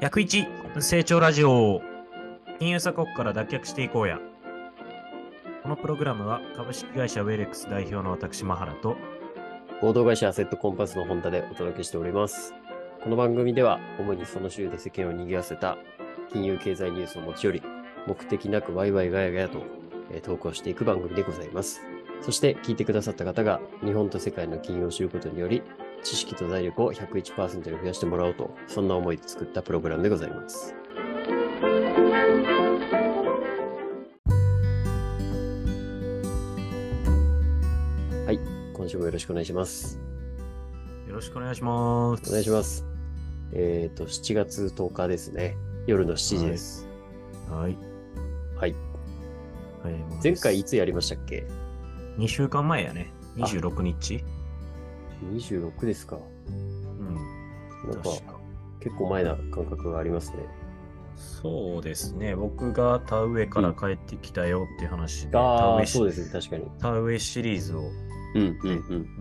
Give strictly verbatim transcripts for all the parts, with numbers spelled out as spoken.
ひゃくいち成長ラジオ。金融鎖国から脱却していこうや。このプログラムは株式会社ウェレックス代表の私マハラと合同会社アセットコンパスの本田でお届けしております。この番組では主にその週で世間を賑わせた金融経済ニュースを持ち寄り、目的なくワイワイガヤガヤと、えー、投稿していく番組でございます。そして聞いてくださった方が日本と世界の金融を知ることにより知識と財力を ひゃくいちパーセント に増やしてもらおうと、そんな思いで作ったプログラムでございます。はい、今週もよろしくお願いします。 よろしくお願いします。 お願いします。えっと、しちがつとおかですね。夜のしちじです。 はい。 はい。 はい、 前回いつやりましたっけ？ にしゅうかんまえやね。にじゅうろくにち。 にじゅうろくですか。 うん。 なんか、結構前な感覚がありますね。 そうですね。僕が田植えから帰ってきたよっていう話で、 うん、ああ、 田植えそうですね。確かに。 田植えシリーズを、 うんうんうん。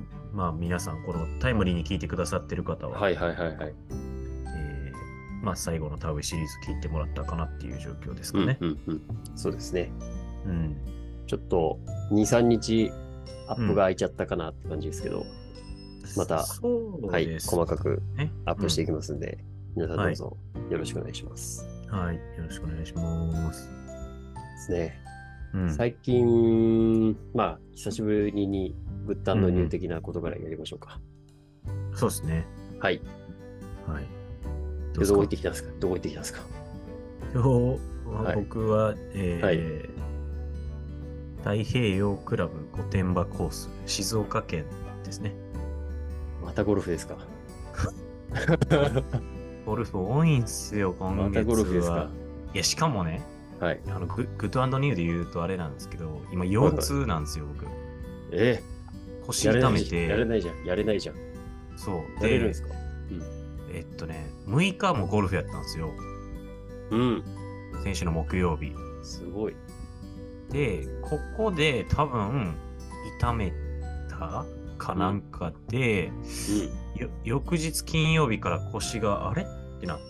まあ皆さん、このタイムリーに聞いてくださってる方は、 はいはいはいはい。 えー、まあ最後の田植えシリーズ聞いてもらったかなっていう状況ですかね。 うんうんうん。そうですね。 うん。 ちょっとに、さんにちアップが空いちゃったかなって感じですけど、うん、また、はい、細かくアップしていきますんで、うん、皆さんどうぞよろしくお願いします。 はい、よろしくお願いします。 ですね。 うん、 最近、まあ、久しぶりに物販の入的なことからやりましょうか。 うん、そうですね。 はい。 はい。 どこ行ってきたんですかどこ行ってきたんですか今日は僕は、はいえーはい、太平洋クラブ御殿場コース、静岡県ですね。 またゴルフですかゴルフ多いんすよ、今月は。 またゴルフですか。 いや、しかもね、 はい、 あのグッド&ニューで言うとあれなんですけど、今腰痛なんですよ、僕。 えー、腰痛めて。 やれないじゃん、やれないじゃん。 そう。 やれるんですか、 うん、えっとね、むいかもゴルフやったんですよ。 うん。 先週の木曜日。 すごい。 で、ここで多分、痛めたかなんかで、うんうん、翌日金曜日から腰があれってなって、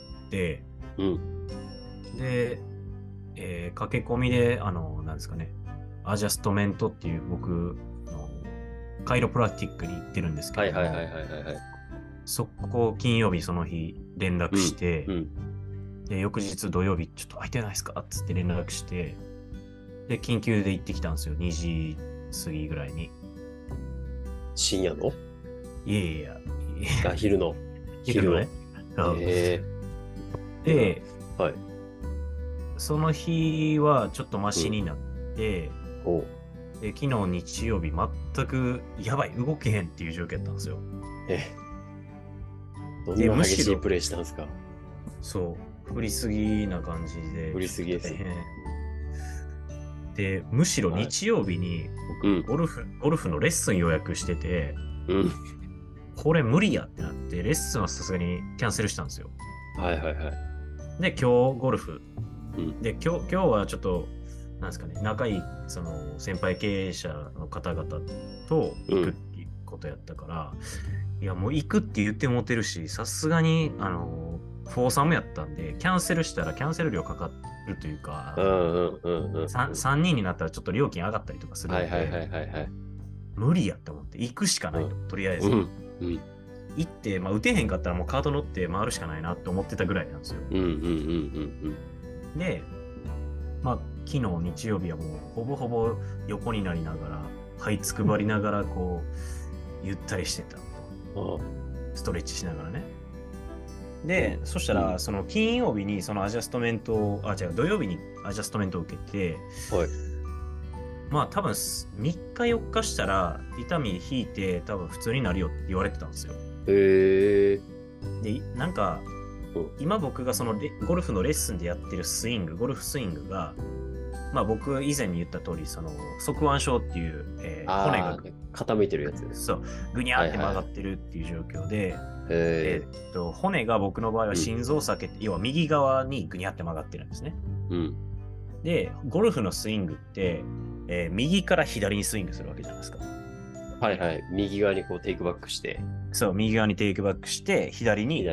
うん、 で、えー、駆け込みで、あの、なんですかね、アジャストメントっていう僕のカイロプラクティックに行ってるんですけど、 はいはいはいはいはい。 そこ金曜日その日連絡して、 うんうん、 で翌日土曜日ちょっと空いてないですかっつって連絡して、で緊急で行ってきたんですよ、にじ過ぎぐらいに。 深夜の？ いやいやいや。あ、昼の。 昼のね。 へーで、 はい、 その日はちょっとマシになって、 うん、 で昨日日曜日全くやばい動けへんっていう状況やったんですよ。 えどんな激しいプレイしたんですか？ そう振りすぎな感じで振りすぎですね。 でむしろ日曜日に僕ゴルフ、うん、ゴルフのレッスン予約してて、 うん、 これ無理やってなってレッスンはさすがにキャンセルしたんですよ。 はいはいはい。 で今日ゴルフ、 うん、 で今日今日はちょっとなんですかね、仲いいその先輩経営者の方々と行くっていうことやったから、うん、いやもう行くって言ってもてるし、さすがにあのフォーサムやったんでキャンセルしたらキャンセル料かかるというか、 うんうんうんうん、 3, さんにんになったらちょっと料金上がったりとかするので、 はいはいはいはいはい、 無理やって思って行くしかないと、うん、とりあえず、 うんうん、 行って、まあ、打てへんかったらもうカート乗って回るしかないなって思ってたぐらいなんですよ。 うんうんうんうんうん、 で、まあ昨日日曜日はもうほぼほぼ横になりながら這いつくばりながらこうゆったりしてたと、ストレッチしながらね。で、そしたら、その金曜日にそのアジャストメントを、あ、違う、土曜日にアジャストメントを受けて、 はい、 まあ多分みっかよっかしたら痛み引いて多分普通になるよって言われてたんですよ。 へー。で、なんか、今僕がそのゴルフのレッスンでやってるスイング、ゴルフスイングが、まあ僕以前に言った通り、その側腕症っていう、えー、骨が傾いてるやつです。 そう、ぐにゃーって曲がってるっていう状況で、はいはい、えー、っと骨が僕の場合は心臓避けて、うん、要は右側にぐにゃって曲がってるんですね。 うん、 で、ゴルフのスイングって、えー、右から左にスイングするわけじゃないですか。 はいはい。右側にこうテイクバックして。 そう、右側にテイクバックして、左に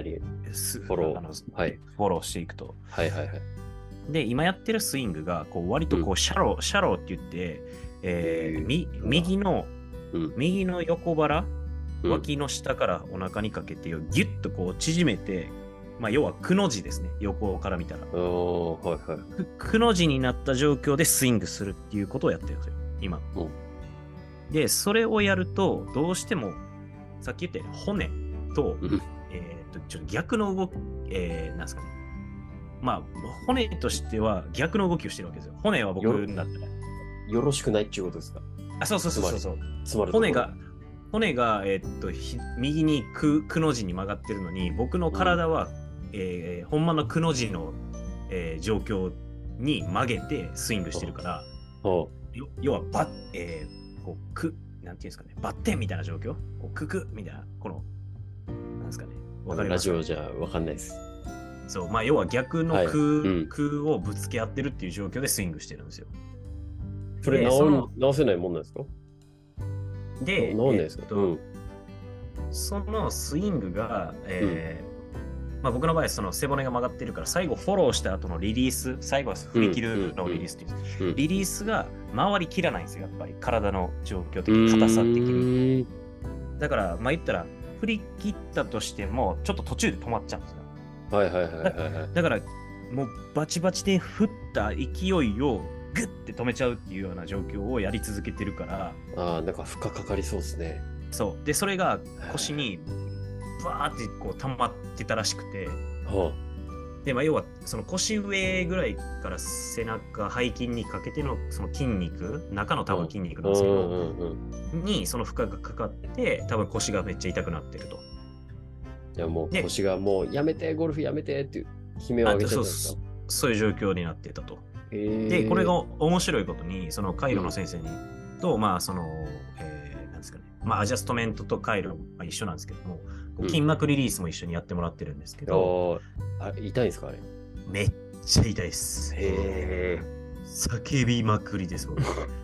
すフォローあのはい。 フォローしていくと。 はいはいはい。 で、今やってるスイングが、こう割とこうシャロー、シャローって言って、えーへーみ右の、 うん。 右の横腹、 うん脇の下からお腹にかけてをギュッとこう縮めて、まあ、要はくの字ですね、横から見たら。 おー、はいはい。 くくの字になった状況でスイングするっていうことをやってるんですよ、今。 うんで、それをやると、どうしても、さっき言ったように骨と、 うんえー、とちょっと逆の動き、えー、なんですかね。まあ、骨としては逆の動きをしてるわけですよ。骨は僕よだったら。 よろしくないっていうことですか？ あ、そうそうそうそう。 つまるところ骨が、骨が、えーっと、ひ右にくくの字に曲がってるのに、僕の体は、えーほんまのくの字の、えー状況に曲げてスイングしてるから、 ほよ要はバッ、えーこうく、なんていうんですかね、バッテンみたいな状況、こうくくみたいな、この、なんですかね、 うわかりますか？ ラジオじゃわかんないです。 そう、まあ、要は逆のはい空、 うん空をぶつけ合ってるっていう状況でスイングしてるんですよ。 それ直でその直せないもんなんですか？ で、 直んないですか？ えっとうん。 そのスイングが、えーまあ、僕の場合はその背骨が曲がってるから、最後フォローした後のリリース、最後は振り切るのをリリースっていうんです、 うんリリースが回りきらないんですよ、やっぱり体の状況的に、硬さ的に。 に。 だから、まあ言ったら、振り切ったとしても、ちょっと途中で止まっちゃうんですよ。 はいはいはいはいはい。 だから、もうバチバチで振った勢いをグッて止めちゃうっていうような状況をやり続けてるから、 ああ、なんか負荷かかりそうですね。 そう。で、それが腰にバーってこう溜まってたらしくて、 はで、まあ、要はその腰上ぐらいから背中、背筋にかけてのその筋肉、中の多分筋肉あ。 なんですけど、 うんうんうん。 にその負荷がかかって、多分腰がめっちゃ痛くなってると。 いやもうで腰がもうやめて、ゴルフやめてっていう悲鳴を上げちゃったんそうですか？ そういう状況になってたと。 へーで、これが面白いことに、その回路の先生に、と、まあ、その、えーなんですかね、まあ、アジャストメントと回路は一緒なんですけども、こう筋膜リリースも一緒にやってもらってるんですけど、 あーあ痛いんですかあれ？ めっちゃ痛いです。 へえ。 叫びまくりです、僕。い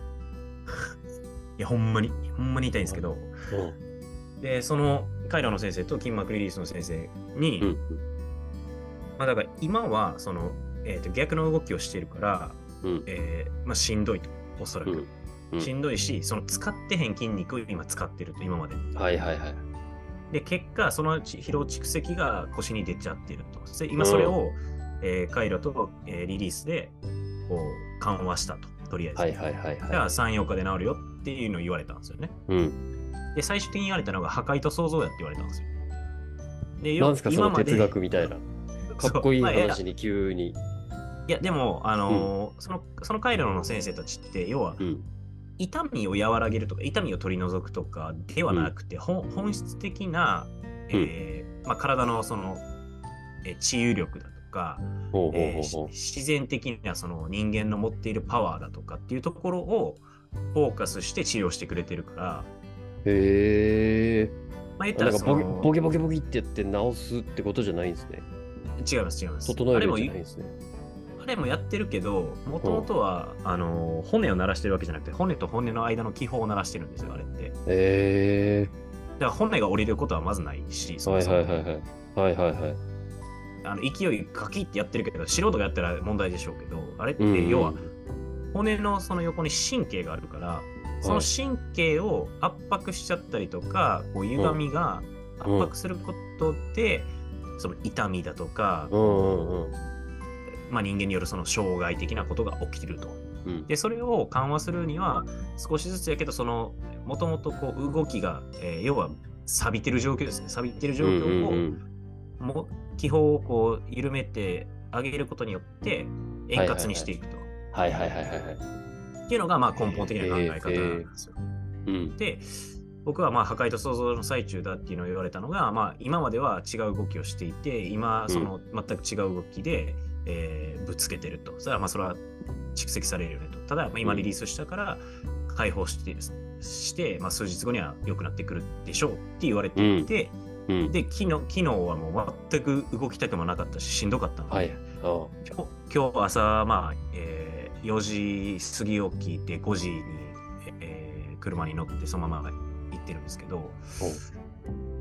や、ほんまに、ほんまに痛いんですけど、で、その回路の先生と筋膜リリースの先生に、 うんまあ、だから今は、その、えーと、逆の動きをしてるから、 うんえーまあ、しんどいと、おそらく。 うんうんしんどいし、その使ってへん筋肉を今使ってると、今まで。 はいはいはい。 で、結果、その疲労蓄積が腰に出ちゃってると。で今それを、えー回路と、えーリリースでこう緩和したと、とりあえず。 はいはいはいじゃあはい。 さん、よっかで治るよっていうのを言われたんですよね。 うん。 で、最終的に言われたのが破壊と創造やって言われたんですよ。で、 なんすかその哲学みたいな。かっこいいそうまあいや話に急に。 いや、でも、あのーその、その回路の先生たちって、要は、 うん。 痛みを和らげるとか、痛みを取り除くとかではなくて、ほん本質的な、えーまあ、体のその、えー治癒力だとか、 ほうほうえーほうほう。 し自然的なその人間の持っているパワーだとかっていうところをフォーカスして治療してくれてるから、 へえ。 まあ、言ったなんからそのボキボキボキボキってやって治すってことじゃないんですね。 違います違います。 整えるあれもんじゃないんですね。 あれもやってるけど、もともとはあの骨を鳴らしてるわけじゃなくて、骨と骨の間の気泡を鳴らしてるんですよ、あれって。 へえ。 だから骨が折れることはまずないし、そはいもそもはいはいはい。はいはいはい。 あの勢いカキってやってるけど、素人がやったら問題でしょうけど、あれってうん要は骨のその横に神経があるから、その神経を圧迫しちゃったりとか、こう歪みが圧迫することで、その痛みだとか、 うんうんうん。 まあ、人間によるその障害的なことが起きると。 うんで、それを緩和するには、少しずつやけど、その、もともとこう動きが、えー要は錆びてる状況ですね。錆びてる状況を、 うんうんも気泡をこう緩めてあげることによって円滑にしていくと。 はいはいはいはいはい。 っていうのがまあ根本的な考え方なんですよ。 うん。 で、僕はまあ破壊と創造の最中だっていうのを言われたのが、まあ、今までは違う動きをしていて、今その全く違う動きで、えーぶつけてると。それはまあそれは蓄積されるよねと。ただまあ今リリースしたから解放してして、まあ、数日後には良くなってくるでしょうって言われていて、 うん、 で昨日昨日はもう全く動きたくもなかったししんどかったので、 はい、あ今日今日朝、まあえー、よじ過ぎ起きてごじに、えー車に乗ってそのまま行ってるんですけど、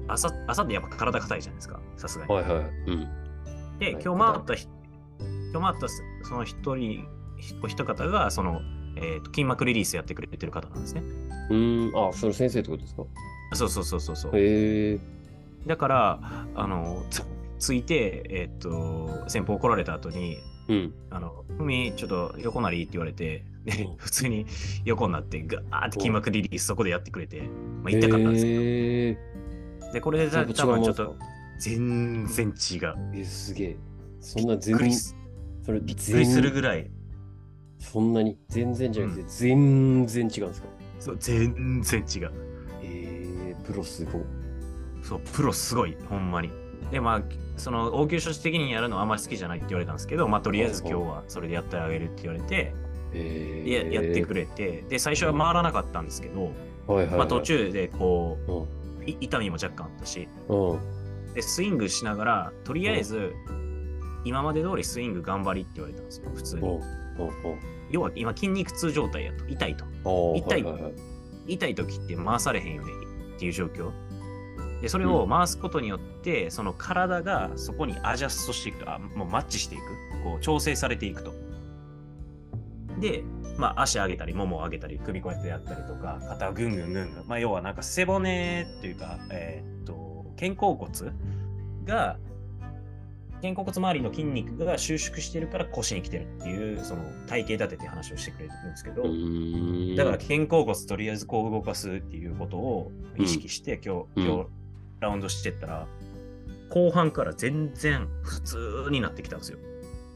朝、朝ってやっぱ体硬いじゃないですか、さすがに。 はいはい。うん。 で、 はい今日回ったひ、今日回ったその一人、お一方が、その、えーと、筋膜リリースやってくれてる方なんですね。 うーん、あ、その先生ってことですか？ そうそうそうそうそう。 へえ。 だから、あの、つ、ついて、えっと、先方来られた後に、 うん。 あの、ふみ、ちょっと横なりって言われて、でうん、 普通に横になって、ガーって筋膜リリースそこでやってくれて、まあ、 へ痛かったんですけど。 え。 で、これでやっぱ違多分ちょっと、 いますか？ 全然違う。 え、すげえ。そんなびっくり全、 す、 それびっくりする全、 ぐらい、 そんなに全然じゃなくてうん、 全然違うんですか？ そう、全然違う。 えー、プロすごい。 そう、プロすごい、ほんまに。で、まあ、その応急処置的にやるのはあんまり好きじゃないって言われたんですけど、まあ、とりあえず今日はそれでやってあげるって言われて、 えでやってくれ。 れて、で、最初は回らなかったんですけど、 はいはいはい。 まあ、途中でこうん。 う、い痛みも若干あったし、 うん。 で、スイングしながら、とりあえず、今まで通りスイング頑張りって言われたんですよ、普通に。 うん。うん。 要は今筋肉痛状態やと、痛いと。 うん。 痛いはいはいはい。 痛い時って回されへんよねっていう状況。で、それを回すことによって、その体がそこにアジャストしていくと、あもうマッチしていく、こう調整されていくと。で、まあ、足上げたり、ももを上げたり、首こうやってやったりとか、肩をぐんぐんぐんぐん。まあ、要はなんか背骨っていうか、えーっと、肩甲骨が、肩甲骨周りの筋肉が収縮してるから腰に来てるっていう、その体型立てて話をしてくれてるんですけど、だから肩甲骨とりあえずこう動かすっていうことを意識して、うん、今日、今日ラウンドしてったら、後半から全然普通になってきたんですよ。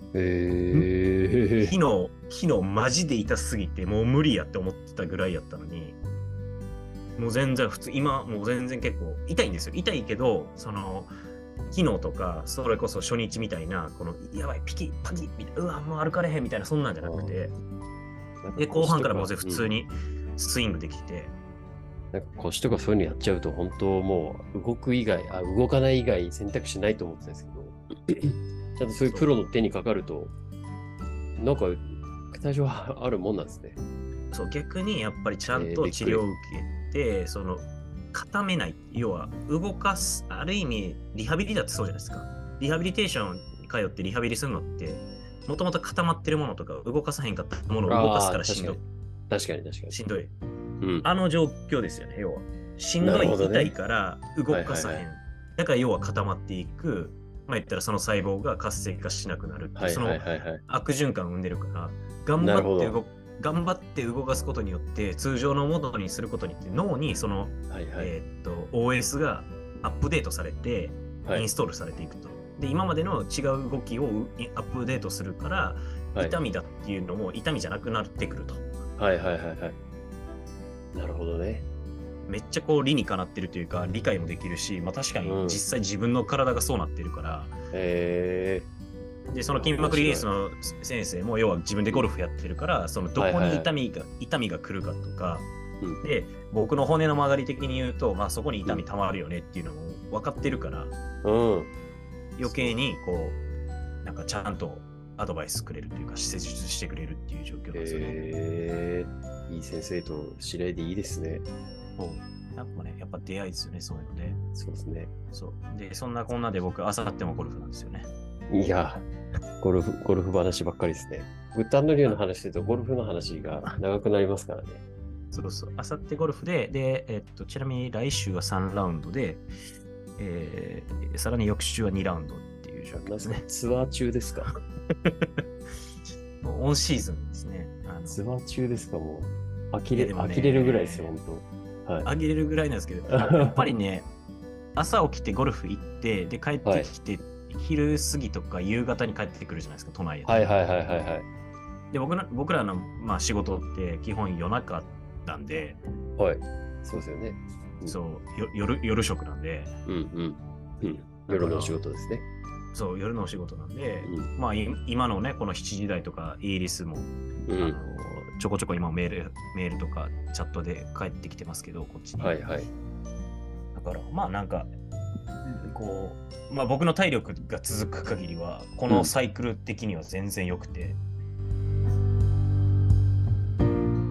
へえ。 昨日、昨日マジで痛すぎてもう無理やって思ってたぐらいやったのに、もう全然普通、今もう全然結構痛いんですよ。痛いけど、その、昨日とか、それこそ初日みたいな、この、やばい、ピキ、パキみたいな、うわ、もう歩かれへんみたいな、そんなんじゃなくて、で、後半からもう普通にスイングできて、 なんか腰とかそういうのやっちゃうと、本当もう動く以外、あ、動かない以外選択肢ないと思ってたんですけど、ちゃんとそういうプロの手にかかると、なんか対象はあるもんなんですね。 そう、逆にやっぱりちゃんと治療を受けて、えー、その、固めない、要は動かす、ある意味リハビリだってそうじゃないですか。リハビリテーションに通ってリハビリするのってもともと固まってるものとか動かさへんかったものを動かすからしんどい。 確かに確かに。 しんどい。 うん、 あの状況ですよね、要は。しんどい、ね、痛いから動かさへん。はいはいはい、だから要は固まっていく。まあ言ったらその細胞が活性化しなくなるっていう、はいはいはいはい、その悪循環を生んでるから、頑張って動く。頑張って動かすことによって通常のモードにすることによって脳にその、はいはい、えー、っと オーエス がアップデートされてインストールされていくと、はい、で今までの違う動きをアップデートするから、はい、痛みだっていうのも痛みじゃなくなってくると。 はいはいはいはい。なるほどね。 めっちゃこう理にかなってるというか理解もできるし、まあ、確かに実際自分の体がそうなってるから、 うん、へー。 でその筋膜リリースの先生も要は自分でゴルフやってるからそのどこに痛みが、はいはい、痛みが来るかとか、うん、で僕の骨の曲がり的に言うと、まあ、そこに痛みたまるよねっていうのも分かってるから、うん、余計にこうなんかちゃんとアドバイスくれるというか施術してくれるっていう状況なんですよね。 へー、いい先生と知り合いでいいですね。 そうなんかねやっぱ出会いですよね、そういうので。 そうですね。 そうでそんなこんなで僕あさってもゴルフなんですよね。 いや、ゴルフ、ゴルフ話ばっかりですね。グッド&リューの話すると、ゴルフの話が長くなりますからね。 そうそう。あさってゴルフで、で、えっと、ちなみに来週はさんラウンドで、えー、さらに翌週はにラウンドっていう状況ですね。 ツアー中ですか？ もうオンシーズンですね。 あのツアー中ですか？もう、呆れ、ね、呆れるぐらいですよ、本当。はい。 呆れるぐらいなんですけど、やっぱりね、朝起きてゴルフ行って、で、帰ってきて、はい昼過ぎとか夕方に帰ってくるじゃないですか、都内へ。 はいはいはいはいはい。 で、僕ら僕らの、まあ、仕事って基本夜中なんで。 はい。そうですよね。 うん、そう夜、夜職なんで。 うんうん。うん、夜のお仕事ですね。 そう、夜のお仕事なんで、うん、まあ今のね、このしちじ台とかイギリスも、うん、あのちょこちょこ今メール、メールとかチャットで帰ってきてますけど、こっちに。 はいはい。 だから、まあなんか、こう、まあ僕の体力が続く限りは、このサイクル的には全然良くて。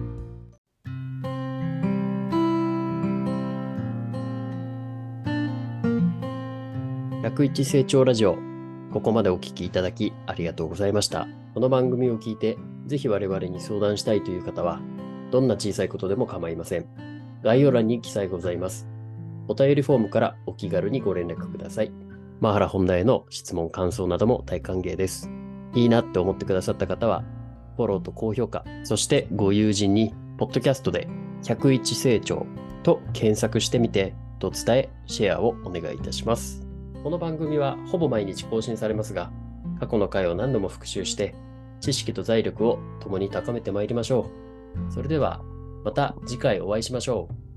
うひゃくいち成長ラジオ。ここまでお聞きいただきありがとうございました。この番組を聞いて、ぜひ我々に相談したいという方は、どんな小さいことでも構いません。概要欄に記載ございます。お便りフォームからお気軽にご連絡ください。マハラ本題への質問、感想なども大歓迎です。いいなって思ってくださった方は、フォローと高評価、そしてご友人に、ポッドキャストでひゃくいち成長と検索してみて、と伝え、シェアをお願いいたします。この番組はほぼ毎日更新されますが、過去の回を何度も復習して、知識と財力を共に高めてまいりましょう。それでは、また次回お会いしましょう。